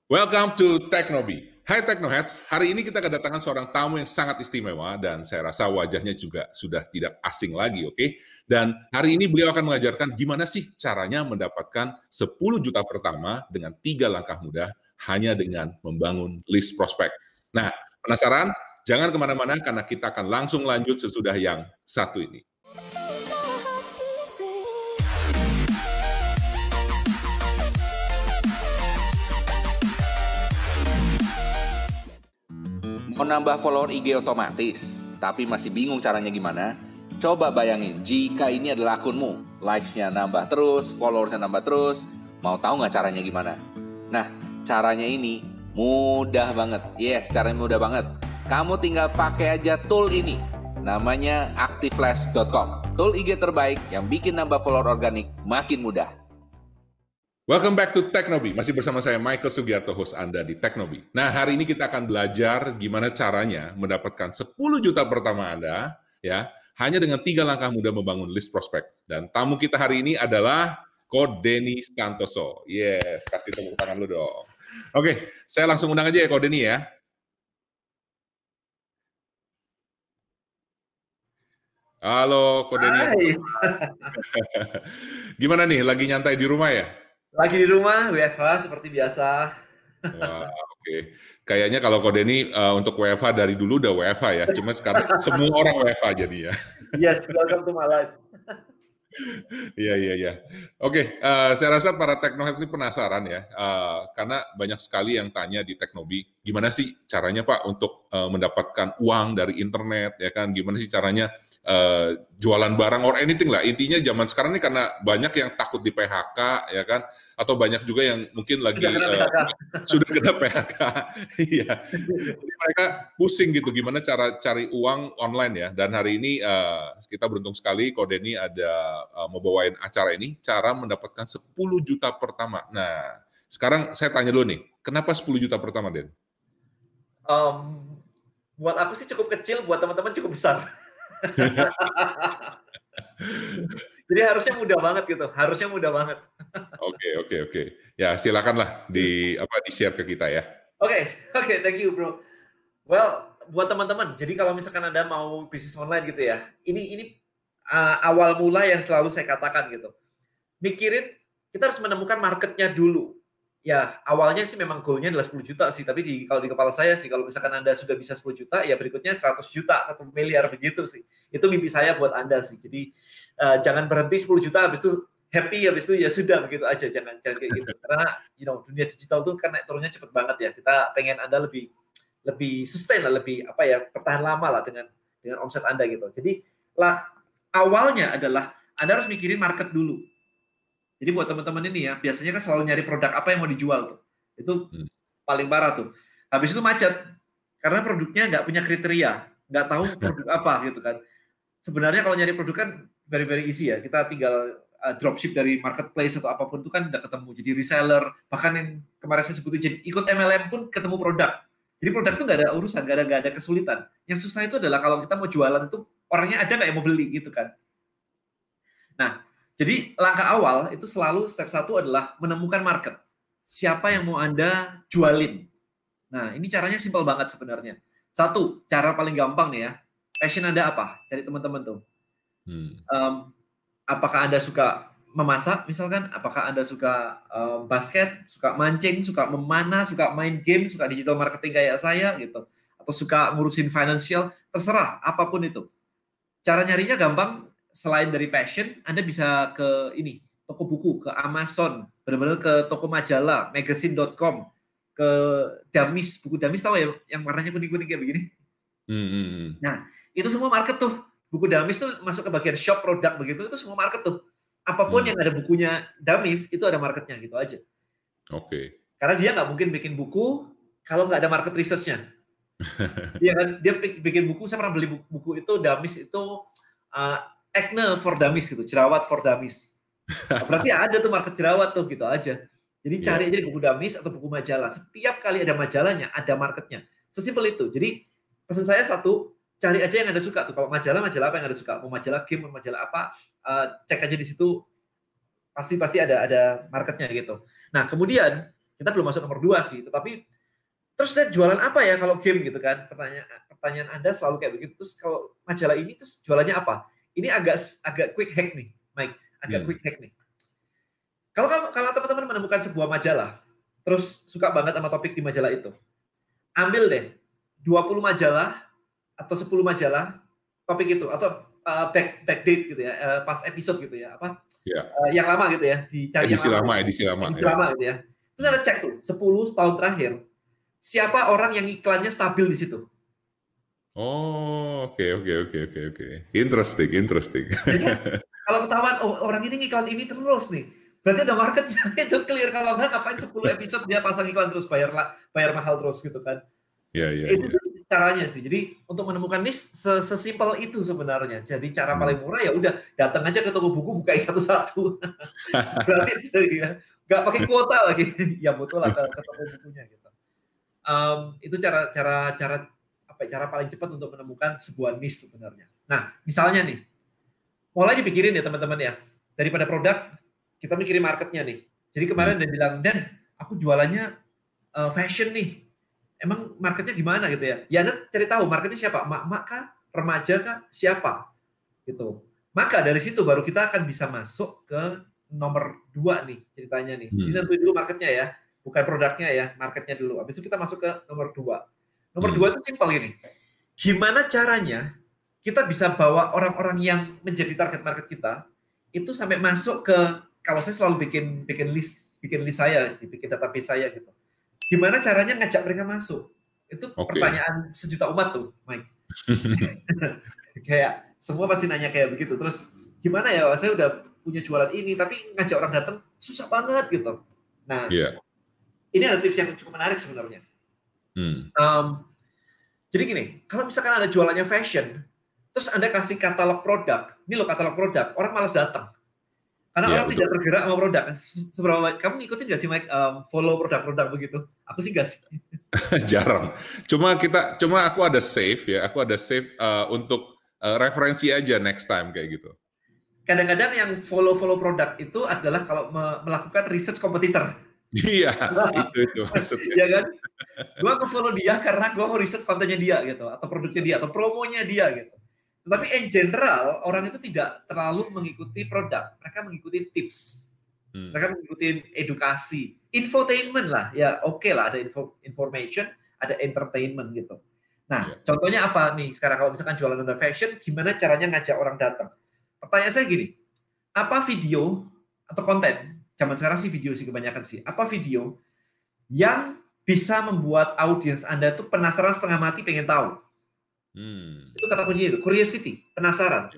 Welcome to Teknobi. Hai Teknoheads, hari ini kita kedatangan seorang tamu yang sangat istimewa dan saya rasa wajahnya juga sudah tidak asing lagi, oke? Dan hari ini beliau akan mengajarkan gimana sih caranya mendapatkan 10 juta pertama dengan 3 langkah mudah hanya dengan membangun list prospek. Nah, penasaran? Jangan kemana-mana karena kita akan langsung lanjut sesudah yang satu ini. Mau nambah follower IG otomatis, tapi masih bingung caranya gimana? Coba bayangin, jika ini adalah akunmu, likes-nya nambah terus, followers-nya nambah terus, mau tahu nggak caranya gimana? Nah, caranya ini mudah banget. Yes, caranya mudah banget. Kamu tinggal pakai aja tool ini, namanya Activeflash.com. Tool IG terbaik yang bikin nambah follower organik makin mudah. Welcome back to Teknobi. Masih bersama saya Michael Sugiarto, host Anda di Teknobi. Nah, hari ini kita akan belajar gimana caranya mendapatkan 10 juta pertama Anda, ya, hanya dengan 3 langkah mudah membangun list prospek. Dan tamu kita hari ini adalah Ko Denny Santoso. Yes, kasih tepuk tangan lu dong. Oke, saya langsung undang aja ya Ko Denny ya. Halo Ko Denny. Hai. Gimana nih, lagi nyantai di rumah ya? Lagi di rumah, WFH seperti biasa. Wah, oke. Kayaknya kalau Ko Denny untuk WFH dari dulu udah WFH ya, cuma sekarang semua orang WFH jadi ya. Yes, welcome to my life. Iya. Oke, saya rasa para Teknoheads ini penasaran ya, karena banyak sekali yang tanya di Teknobi, gimana sih caranya Pak untuk mendapatkan uang dari internet, ya kan? Gimana sih caranya jualan barang or anything lah. Intinya zaman sekarang ini karena banyak yang takut di PHK, ya kan? Atau banyak juga yang mungkin lagi sudah kena PHK. Iya. Jadi mereka pusing gitu gimana cara cari uang online ya. Dan hari ini kita beruntung sekali Ko Denny ada mau bawain acara ini, cara mendapatkan 10 juta pertama. Nah, sekarang saya tanya dulu nih, kenapa 10 juta pertama, Den? Buat aku sih cukup kecil, buat teman-teman cukup besar. Jadi harusnya mudah banget gitu, harusnya mudah banget. Oke. Ya, silakanlah di-share ke kita ya. Oke, thank you bro. Well, buat teman-teman, jadi kalau misalkan Anda mau bisnis online gitu ya, ini awal mula yang selalu saya katakan gitu. Mikirin, kita harus menemukan marketnya dulu. Ya, awalnya sih memang goalnya adalah 10 juta sih, tapi kalau di kepala saya sih, kalau misalkan Anda sudah bisa 10 juta, ya berikutnya 100 juta, 1 miliar begitu sih. Itu mimpi saya buat Anda sih. Jadi, jangan berhenti 10 juta, habis itu happy, habis itu ya sudah, begitu aja. Jangan kayak gitu. Karena, dunia digital tuh kan naik turunnya cepet banget ya. Kita pengen Anda lebih sustain lah, lebih bertahan lama lah dengan omset Anda gitu. Jadi, awalnya adalah Anda harus mikirin market dulu. Jadi buat teman-teman ini ya, biasanya kan selalu nyari produk apa yang mau dijual tuh. Itu paling parah tuh. Habis itu macet, karena produknya nggak punya kriteria, nggak tahu produk apa gitu kan. Sebenarnya kalau nyari produk kan very easy ya, kita tinggal dropship dari marketplace atau apapun itu kan udah ketemu. Jadi reseller, bahkan yang kemarin saya sebutin, jadi ikut MLM pun ketemu produk. Jadi produk itu nggak ada urusan, nggak ada kesulitan. Yang susah itu adalah kalau kita mau jualan itu, orangnya ada nggak yang mau beli gitu kan. Nah, jadi langkah awal itu selalu step 1 adalah menemukan market. Siapa yang mau Anda jualin? Nah, ini caranya simpel banget sebenarnya. 1, cara paling gampang nih ya. Passion Anda apa? Cari teman-teman tuh. Apakah Anda suka memasak misalkan? Apakah Anda suka basket, suka mancing, suka memanah, suka main game, suka digital marketing kayak saya gitu. Atau suka ngurusin financial, terserah apapun itu. Cara nyarinya gampang. Selain dari passion, Anda bisa ke toko buku, ke Amazon, benar-benar ke toko majalah, magazine.com, ke Damis, buku Damis tahu ya, yang warnanya kuning-kuning kayak begini. Nah, itu semua market tuh. Buku Damis tuh masuk ke bagian shop produk begitu, itu semua market tuh. Apapun yang ada bukunya Damis, itu ada marketnya gitu aja. Oke. Karena dia nggak mungkin bikin buku kalau nggak ada market research-nya. Dia kan, dia bikin buku, saya pernah beli buku itu, Damis itu acne for dummies gitu, jerawat for dummies. Berarti ada tuh market jerawat tuh gitu aja. Jadi cari aja buku dummies atau buku majalah. Setiap kali ada majalahnya, ada marketnya. Sesimpel itu. Jadi pesan saya 1, cari aja yang Anda suka tuh. Kalau majalah apa yang Anda suka? Mau majalah game, mau majalah apa? Cek aja di situ. Pasti ada marketnya gitu. Nah, kemudian Kita belum masuk nomor 2 sih, tetapi terus dia jualan apa ya kalau game gitu kan? Pertanyaan Anda selalu kayak begitu. Terus kalau majalah ini terus jualannya apa? Ini agak quick hack nih, Mike. Agak quick hack nih. Kalau teman-teman menemukan sebuah majalah, terus suka banget sama topik di majalah itu, ambil deh 20 majalah atau 10 majalah topik itu, atau backdate gitu ya, pas episode gitu ya, yang lama gitu ya, dicari edisi yang lama gitu ya. Terus ada cek tuh 10 tahun terakhir siapa orang yang iklannya stabil di situ. Oh, oke. Interesting. Jadi, kalau ketahuan orang ini ngiklan ini terus nih, berarti ada marketnya itu clear. Kalau nggak, ngapain 10 episode dia pasang iklan terus, bayar mahal terus gitu kan. Itu caranya sih. Jadi untuk menemukan niche sesimpel itu sebenarnya. Jadi cara paling murah ya udah datang aja ke toko buku, bukai satu-satu. Gratis ya. Nggak pakai kuota lagi. Ya betul lah ke toko bukunya gitu. Itu cara paling cepat untuk menemukan sebuah niche sebenarnya. Nah, misalnya nih, mulai dipikirin ya teman-teman ya. Daripada produk, kita mikirin marketnya nih. Jadi kemarin dia bilang, Dan, aku jualannya fashion nih. Emang marketnya gimana gitu ya? Ya Anda cari tahu marketnya siapa? Mak-mak kah? Remaja kah? Siapa? Gitu. Maka dari situ baru kita akan bisa masuk ke nomor 2 nih ceritanya nih. Ini tentuin dulu marketnya ya. Bukan produknya ya, marketnya dulu. Habis itu kita masuk ke nomor 2. Nomor 2 itu simpel ini. Gimana caranya kita bisa bawa orang-orang yang menjadi target market kita itu sampai masuk ke, kalau saya selalu bikin list saya sih, bikin database saya gitu. Gimana caranya ngajak mereka masuk? Itu pertanyaan sejuta umat tuh, Mike. Kayak semua pasti nanya kayak begitu. Terus gimana ya, saya udah punya jualan ini tapi ngajak orang datang susah banget gitu. Nah, ini ada tips yang cukup menarik sebenarnya. Jadi gini, kalau misalkan ada jualannya fashion, terus Anda kasih katalog produk, ini loh katalog produk, orang malas datang. Karena orang tidak tergerak sama produk. Seberapa kamu ngikutin nggak sih, Mike, follow produk-produk begitu? Aku sih nggak sih. Jarang. Cuma aku ada save ya, untuk referensi aja next time kayak gitu. Kadang-kadang yang follow produk itu adalah kalau melakukan research kompetitor. Iya, itu maksudnya. Iya kan? Gue follow dia karena gue mau research kontennya dia gitu, atau produknya dia, atau promonya dia gitu. Tapi in general, orang itu tidak terlalu mengikuti produk. Mereka mengikuti tips. Mereka mengikuti edukasi. Infotainment lah. Ya oke lah, ada information, ada entertainment gitu. Nah, contohnya apa nih? Sekarang kalau misalkan jualan under fashion, gimana caranya ngajak orang datang? Pertanyaan saya gini, apa video atau konten, zaman sekarang sih video sih kebanyakan sih, apa video yang bisa membuat audiens Anda tuh penasaran setengah mati pengen tahu? Itu kata kuncinya itu, curiosity, penasaran.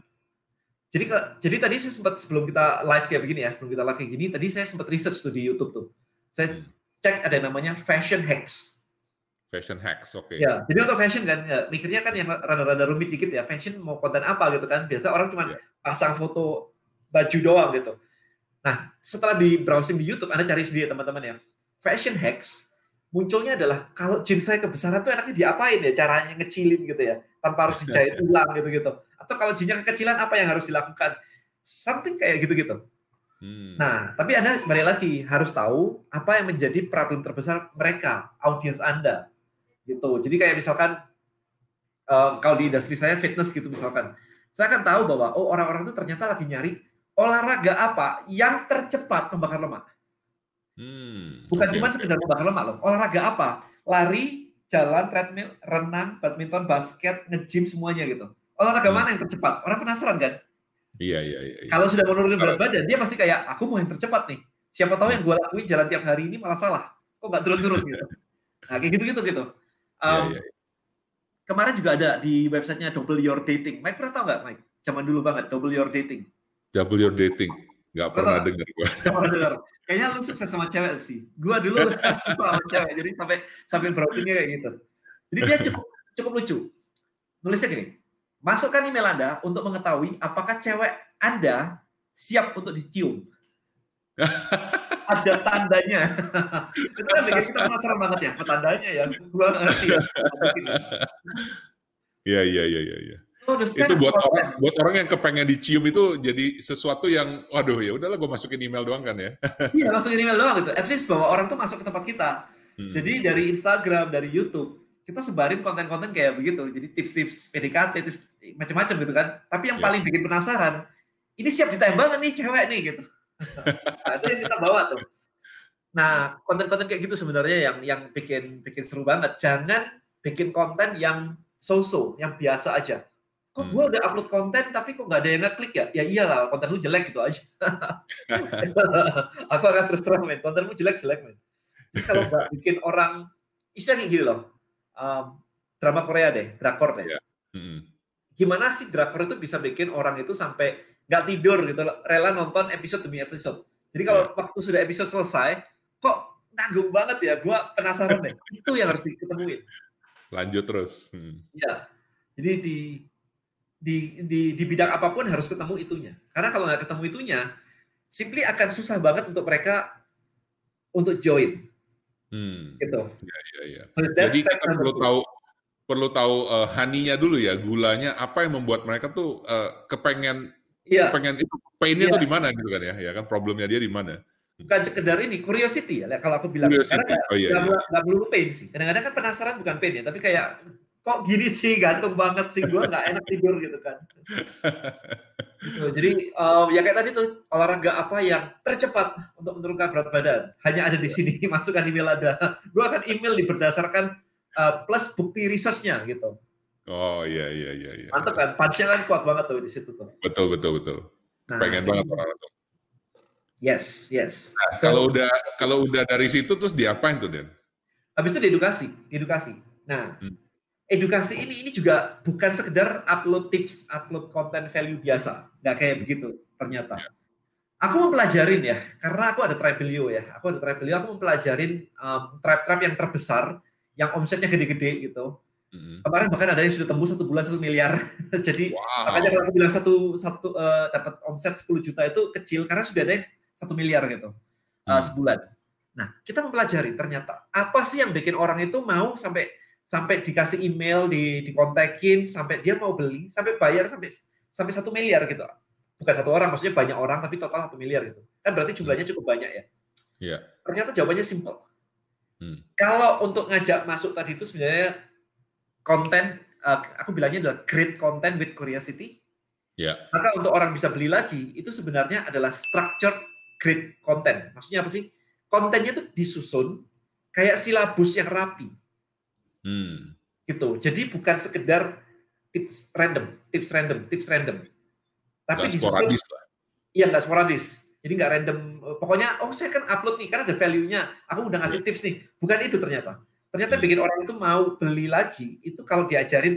Jadi tadi saya sempat, sebelum kita live kayak begini ya, tadi saya sempat research tuh di YouTube tuh. Saya cek ada namanya fashion hacks. Fashion hacks, oke. Ya, jadi untuk fashion kan, ya, mikirnya kan yang rada-rada rumit dikit ya, fashion mau konten apa gitu kan. Biasa orang cuma pasang foto baju doang gitu. Nah, setelah di browsing di YouTube, Anda cari sendiri teman-teman ya. Fashion hacks, munculnya adalah kalau jeans saya kebesaran tuh enaknya diapain ya, caranya ngecilin gitu ya, tanpa harus dijahit ulang gitu-gitu. Atau kalau jeansnya kekecilan, apa yang harus dilakukan? Something kayak gitu-gitu. Nah, tapi Anda balik lagi, harus tahu apa yang menjadi problem terbesar mereka, audiens Anda. Gitu. Jadi kayak misalkan kalau di industri saya fitness gitu misalkan, saya akan tahu bahwa orang-orang itu ternyata lagi nyari olahraga apa yang tercepat membakar lemak. Bukan cuma sekedar membakar lemak loh. Olahraga apa? Lari, jalan, treadmill, renang, badminton, basket, nge-gym semuanya gitu. Olahraga mana yang tercepat? Orang penasaran kan? Iya. Kalau sudah menurunkan berat badan, dia pasti kayak aku mau yang tercepat nih. Siapa tahu yang gue lakuin jalan tiap hari ini malah salah. Kok nggak turun-turun gitu? Nah kayak gitu. Kemarin juga ada di websitenya Double Your Dating. Mike pernah tahu nggak, Mike? Zaman dulu banget, Double Your Dating. Double Your Dating, nggak pernah dengar gue. Kayaknya lu sukses sama cewek sih. Gua dulu sama cewek, jadi sampai browsingnya kayak gitu. Jadi dia cukup lucu. Nulisnya gini, masukkan email Anda untuk mengetahui apakah cewek Anda siap untuk dicium. Ada tandanya. Itu kan bikin kita penasaran banget ya, apa tandanya ya? Gua ngerti ya. Iya. Bonus kan Itu buat konten. orang yang kepengen dicium itu jadi sesuatu yang, waduh ya udahlah gue masukin email doang kan ya. Iya, masukin email doang gitu. At least bahwa orang tuh masuk ke tempat kita. Hmm, Jadi dari Instagram, dari YouTube, kita sebarin konten-konten kayak begitu. Jadi tips-tips PDKT, tips macam-macam gitu kan. Tapi yang ya. paling bikin penasaran, ini siap ditembak nih cewek nih gitu. Nah, itu yang kita bawa tuh. Nah, konten-konten kayak gitu sebenarnya yang bikin seru banget. Jangan bikin konten yang so-so, yang biasa aja. Kok gue Hmm. udah upload konten tapi kok nggak ada yang ngeklik ya? Ya iyalah, konten lu jelek gitu aja. Aku akan terus terang, men. Kontenmu jelek-jelek, men. Jadi kalau nggak bikin orang, istilahnya kayak gini loh, drama Korea deh, drakor deh. Ya. Hmm. Gimana sih drakor itu bisa bikin orang itu sampai nggak tidur gitu, rela nonton episode demi episode. Jadi kalau Ya. waktu sudah episode selesai, kok nanggung banget ya, gue penasaran deh. Itu yang harus diketemuin. Lanjut terus. Hmm. Ya, jadi di bidang apapun harus ketemu itunya. Karena kalau nggak ketemu itunya, simply akan susah banget untuk mereka untuk join. Hmm. Gitu. Ya, ya, ya. So that's Jadi step kita number two. perlu tahu honey-nya dulu ya, gulanya apa yang membuat mereka tuh kepengen Iya, itu pain-nya iya. tuh di mana gitu kan ya, ya kan problemnya dia di mana? Bukan sekedar ini, curiosity ya, kalau aku bilang. Karena Curiosity. Oh iya iya. nggak melulu pain sih. Kadang-kadang kan penasaran bukan pain ya, tapi kayak kok gini sih, gantung banget sih, gue nggak enak tidur gitu kan. Gitu. Jadi ya kayak tadi tuh, olahraga apa yang tercepat untuk menurunkan berat badan. Hanya ada di sini, masukkan email ada. Gue akan email berdasarkan plus bukti research-nya gitu. Oh iya iya iya iya. Mantap kan, punch-nya kan kuat banget tuh di situ tuh. Betul betul betul. Nah, Pengen itu banget orang langsung. yes, yes. Nah, So, kalau udah dari situ terus diapain tuh, Den? habis itu diedukasi. Nah, Hmm. edukasi ini juga bukan sekedar upload tips, upload konten value biasa. Nggak kayak begitu ternyata. Ya. Aku mempelajarin ya, karena aku ada Tribelio ya. Aku ada Tribelio, aku mempelajarin tribe-tribe yang terbesar, yang omsetnya gede-gede gitu. Hmm. Kemarin bahkan ada yang sudah tembus 1 bulan 1 miliar. Jadi makanya kalau Wow. aku bilang dapat omset 10 juta itu kecil, karena sudah ada yang 1 miliar gitu sebulan. Nah, kita mempelajari ternyata apa sih yang bikin orang itu mau sampai dikasih email, dikontakin, sampai dia mau beli, sampai bayar sampai 1 miliar gitu. Bukan satu orang, maksudnya banyak orang, tapi total 1 miliar gitu. Kan berarti jumlahnya cukup banyak ya. Iya. Ternyata jawabannya simple. Hmm. Kalau untuk ngajak masuk tadi itu sebenarnya konten, aku bilangnya adalah great content with curiosity. Ya. Maka untuk orang bisa beli lagi, itu sebenarnya adalah structured great content. Maksudnya apa sih? Kontennya itu disusun kayak silabus yang rapi. Hmm. Gitu. Jadi bukan sekedar tips random. Tapi Nggak disusun, sporadis lah. iya nggak sporadis. Jadi nggak random, pokoknya, oh saya kan upload nih, karena ada value-nya, aku udah ngasih tips nih. Bukan itu ternyata. Ternyata bikin orang itu mau beli lagi, itu kalau diajarin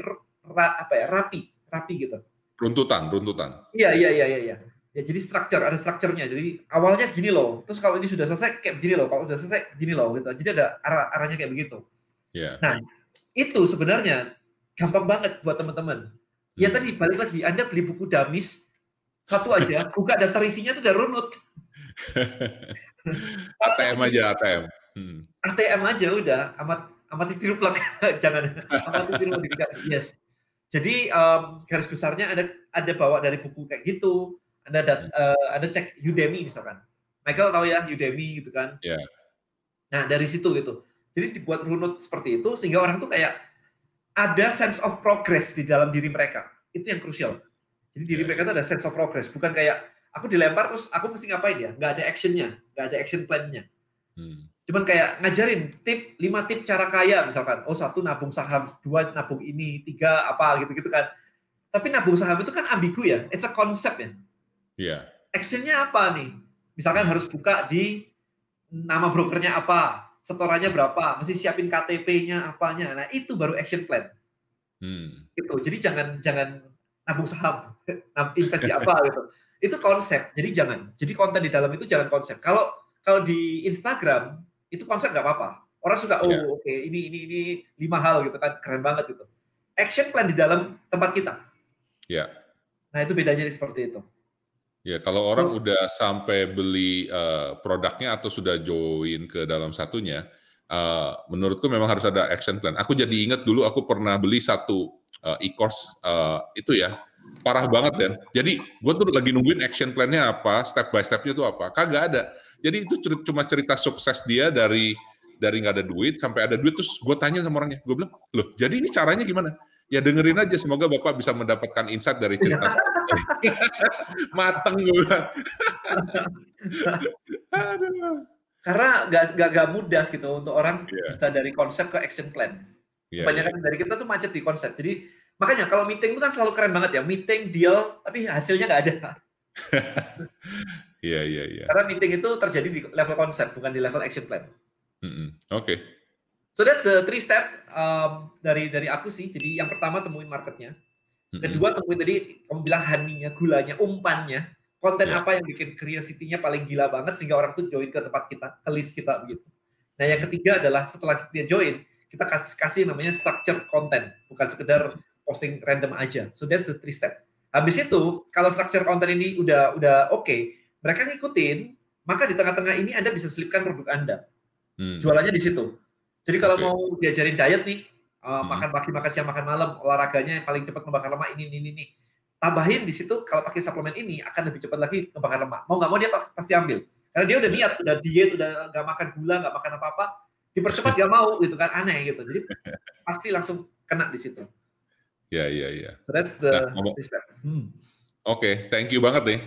rapi gitu. Runtutan. Iya. Ya, jadi ada strukturnya. Jadi awalnya gini loh, terus kalau ini sudah selesai kayak begini loh, kalau sudah selesai gini loh gitu. Jadi ada arahnya kayak begitu. Ya. Nah, itu sebenarnya gampang banget buat teman-teman. Ya tadi balik lagi, Anda beli buku Damis satu aja, buka daftar isinya itu udah runut. ATM aja ATM. ATM aja udah, amat tiru plug, jangan amat tiru modifikasi. Yes. Jadi garis besarnya ada bawa dari buku kayak gitu. Ada cek Udemy misalkan. Michael tahu ya Udemy gitu kan. Ya. Nah dari situ gitu. Jadi dibuat runut seperti itu sehingga orang tuh kayak ada sense of progress di dalam diri mereka. Itu yang krusial. Jadi diri mereka tuh ada sense of progress. Bukan kayak aku dilempar terus aku mesti ngapain ya. Nggak ada actionnya. Nggak ada action plan-nya. Cuman kayak ngajarin 5 tip cara kaya misalkan. Oh 1 nabung saham, 2 nabung ini, 3 apa gitu-gitu kan. Tapi nabung saham itu kan ambigu ya. It's a concept ya. Iya. Actionnya apa nih? Misalkan harus buka di nama brokernya apa, setorannya berapa, mesti siapin KTP-nya apanya. Nah itu baru action plan. Gitu. Jadi jangan nabung saham, investasi apa gitu. Itu konsep. Jadi jangan. Jadi konten di dalam itu jangan konsep. Kalau di Instagram itu konsep nggak apa-apa. Orang suka oke, ini 5 hal gitu kan, keren banget gitu. Action plan di dalam tempat kita. Ya. Nah itu bedanya seperti itu. Ya kalau orang udah sampai beli produknya atau sudah join ke dalam satunya, menurutku memang harus ada action plan. Aku jadi ingat dulu aku pernah beli satu e-course itu ya, parah banget Dan. Jadi gue tuh lagi nungguin action plan-nya apa, step by step-nya tuh apa. Kagak ada. Jadi itu cuma cerita sukses dia dari nggak ada duit sampai ada duit. Terus gue tanya sama orangnya, gue bilang, loh jadi ini caranya gimana? Ya dengerin aja, semoga Bapak bisa mendapatkan insight dari cerita mateng gue. Aduh. Karena nggak mudah gitu untuk orang bisa dari konsep ke action plan. Kebanyakan dari kita tuh macet di konsep. Jadi makanya kalau meeting itu kan selalu keren banget ya, meeting, deal, tapi hasilnya nggak ada. Iya. Karena meeting itu terjadi di level konsep, bukan di level action plan. Oke. So that's the 3 step dari aku sih. Jadi yang pertama temuin marketnya. Kedua temuin tadi kamu bilang honey-nya, gulanya, umpannya. Konten apa yang bikin curiosity-nya paling gila banget sehingga orang tuh join ke tempat kita, ke list kita begitu. Nah yang ketiga adalah setelah dia join, kita kasih namanya structure content, bukan sekedar posting random aja. So that's the 3 step. Habis itu kalau structure content ini udah oke, mereka ngikutin, maka di tengah-tengah ini Anda bisa selipkan produk Anda. Jualannya di situ. Jadi kalau mau diajarin diet nih, makan pagi, makan siang, makan malam, olahraganya yang paling cepat membakar lemak ini. Tambahin di situ kalau pakai suplemen ini akan lebih cepat lagi membakar lemak. Mau nggak mau dia pasti ambil. Karena dia udah niat, udah diet, udah nggak makan gula, nggak makan apa-apa, dipercepat nggak mau gitu kan, aneh gitu. Jadi pasti langsung kena di situ. Iya. So that's the step. Oke, thank you banget nih.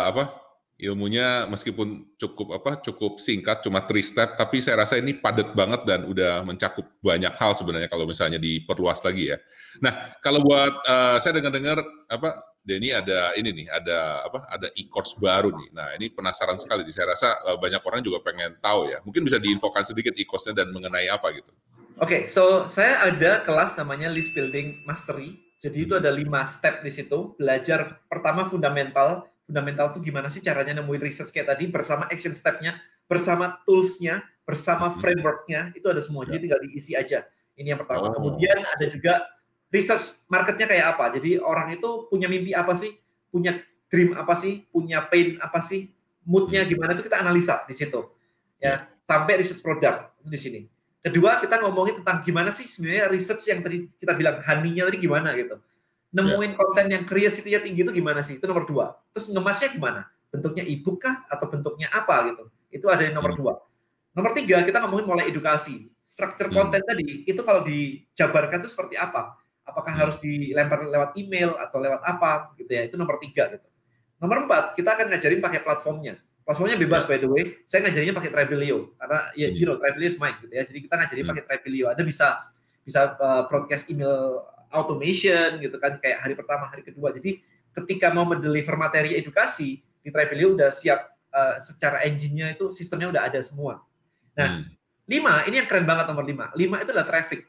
Ilmunya meskipun cukup singkat, cuma 3 step, tapi saya rasa ini padat banget dan udah mencakup banyak hal sebenarnya kalau misalnya diperluas lagi ya. Nah, kalau buat saya dengar Denny ada e-course baru nih. Nah, ini penasaran sekali. Saya rasa banyak orang juga pengen tahu ya. Mungkin bisa diinfokan sedikit e-course-nya dan mengenai apa gitu. Oke, so saya ada kelas namanya List Building Mastery. Jadi itu ada 5 step di situ. Belajar pertama fundamental itu gimana sih caranya nemuin research kayak tadi, bersama action step-nya, bersama tools-nya, bersama framework-nya, itu ada semua. Jadi tinggal diisi aja. Ini yang pertama. Kemudian ada juga research market-nya kayak apa. Jadi orang itu punya mimpi apa sih, punya dream apa sih, punya pain apa sih, mood-nya gimana, itu kita analisa di situ. Ya, sampai research produk itu di sini. Kedua, kita ngomongin tentang gimana sih sebenarnya research yang tadi kita bilang honey-nya tadi gimana gitu. Nemuin konten yang curiosity-nya tinggi itu gimana sih? Itu nomor 2. Terus ngemasnya gimana? Bentuknya e-book kah? Atau bentuknya apa gitu? Itu ada yang nomor 2. Nomor 3, kita ngomongin mulai edukasi. Structure konten tadi, itu kalau dijabarkan itu seperti apa? Apakah harus dilempar lewat email atau lewat apa? Gitu ya. Itu nomor 3 gitu. Nomor 4, kita akan ngajarin pakai platformnya. Platformnya bebas by the way. Saya ngajarinnya pakai Tribelio. Karena Tribelio is mine gitu ya. Jadi kita ngajarin pakai Tribelio. Anda bisa broadcast email automation gitu kan, kayak hari pertama, hari kedua. Jadi ketika mau mendeliver materi edukasi di Tribelio udah siap secara engine-nya itu, sistemnya udah ada semua. Nah, 5 ini yang keren banget nomor 5. 5 itu adalah traffic.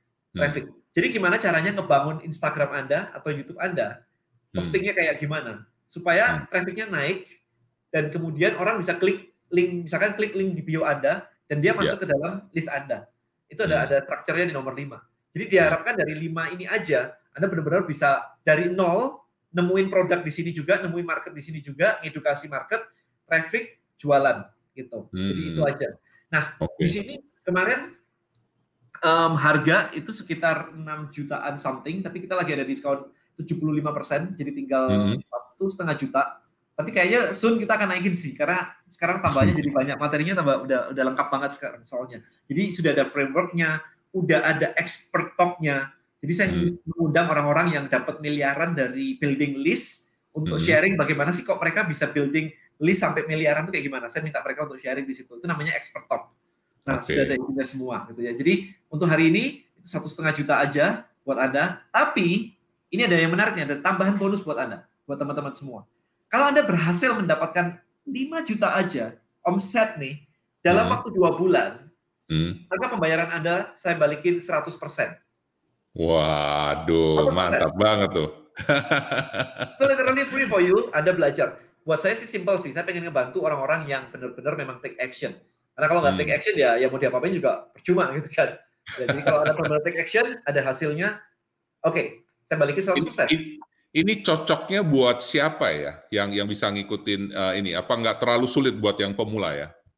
Jadi gimana caranya ngebangun Instagram Anda atau YouTube Anda, postingnya kayak gimana supaya trafficnya naik dan kemudian orang bisa klik link, misalkan klik link di bio Anda dan dia masuk ke dalam list Anda. Itu ada structure-nya di nomor 5. Jadi diharapkan dari 5 ini aja, Anda benar-benar bisa dari nol, nemuin produk di sini juga, nemuin market di sini juga, edukasi market, traffic, jualan, gitu. Jadi itu aja. Nah, di sini kemarin harga itu sekitar 6 jutaan something, tapi kita lagi ada diskon 75%, jadi tinggal 1,5 juta. Tapi kayaknya soon kita akan naikin sih, karena sekarang tambahnya jadi banyak, materinya udah lengkap banget sekarang soalnya. Jadi sudah ada framework-nya, udah ada expert talk-nya. Jadi saya mengundang orang-orang yang dapat miliaran dari building list untuk sharing bagaimana sih kok mereka bisa building list sampai miliaran itu kayak gimana. Saya minta mereka untuk sharing di situ. Itu namanya expert talk. Nah, sudah ada isinya semua gitu ya. Jadi untuk hari ini 1,5 juta aja buat Anda. Tapi ini ada yang menarik nih, ada tambahan bonus buat Anda, buat teman-teman semua. Kalau Anda berhasil mendapatkan 5 juta aja omset nih dalam waktu 2 bulan, maka pembayaran Anda saya balikin 100%. Waduh, 100%. Mantap banget tuh. Itu literally free for you, Anda belajar. Buat saya sih simple sih, saya pengen ngebantu orang-orang yang benar-benar memang take action. Karena kalau nggak take action ya mau diapa-apain juga percuma gitu kan. Jadi kalau Anda benar-benar take action, ada hasilnya, oke, saya balikin 100%. Ini cocoknya buat siapa ya yang bisa ngikutin ini? Apa nggak terlalu sulit buat yang pemula ya?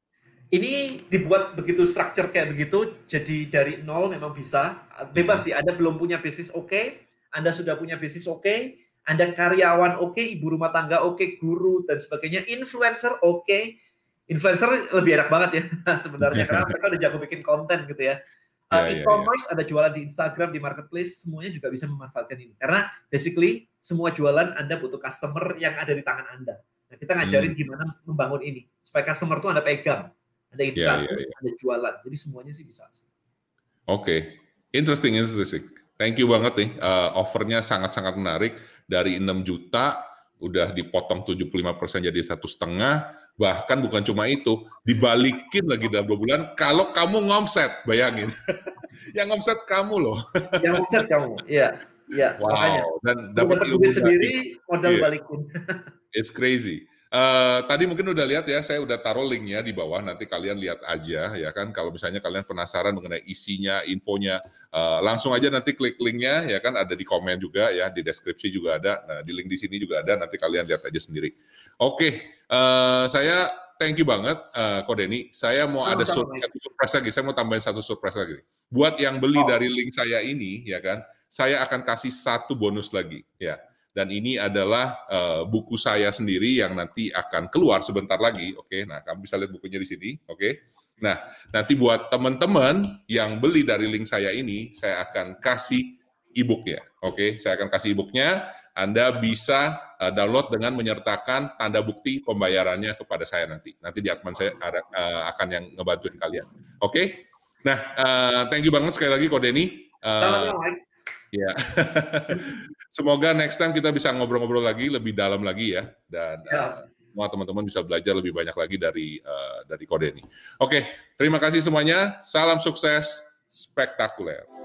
Ini dibuat begitu structure kayak begitu, jadi dari nol memang bisa. Bebas sih, Anda belum punya bisnis oke, Anda sudah punya bisnis oke, Anda karyawan oke, ibu rumah tangga oke, guru dan sebagainya, influencer oke. Influencer lebih enak banget ya sebenarnya, karena mereka udah jago bikin konten gitu ya. E-commerce, ada jualan di Instagram, di marketplace, semuanya juga bisa memanfaatkan ini. Karena basically semua jualan Anda butuh customer yang ada di tangan Anda. Nah, kita ngajarin gimana membangun ini supaya customer tuh Anda pegang. Ada edukasi, ada jualan. Jadi semuanya sih bisa. Oke. Interesting. Thank you banget nih. Offernya sangat-sangat menarik. Dari 6 juta, udah dipotong 75% jadi 1,5. Bahkan bukan cuma itu, dibalikin lagi dalam 2 bulan kalau kamu ngomset. Bayangin. Yang ngomset kamu loh. Yang ngomset kamu, iya. Iya, wow. Makanya. Dan dapat duit sendiri, modal balikin. It's crazy. Tadi mungkin udah lihat ya, saya udah taruh linknya di bawah, nanti kalian lihat aja ya kan, kalau misalnya kalian penasaran mengenai isinya, infonya, langsung aja nanti klik linknya ya kan, ada di komen juga ya, di deskripsi juga ada, nah di link di sini juga ada, nanti kalian lihat aja sendiri. Oke, saya thank you banget, Ko Denny. Saya mau ada satu surprise lagi, saya mau tambahin satu surprise lagi. Buat yang beli dari link saya ini ya kan, saya akan kasih satu bonus lagi ya. Dan ini adalah buku saya sendiri yang nanti akan keluar sebentar lagi, oke? Nah, kamu bisa lihat bukunya di sini, oke? Nah, nanti buat teman-teman yang beli dari link saya ini, saya akan kasih e-booknya, oke? Saya akan kasih e-booknya, Anda bisa download dengan menyertakan tanda bukti pembayarannya kepada saya nanti. Nanti di admin saya akan yang ngebantuin kalian, oke? Nah, thank you banget sekali lagi, Ko Denny. Ya, semoga next time kita bisa ngobrol-ngobrol lagi lebih dalam lagi ya, dan semua teman-teman bisa belajar lebih banyak lagi dari Ko Denny. Oke, terima kasih semuanya. Salam sukses spektakuler.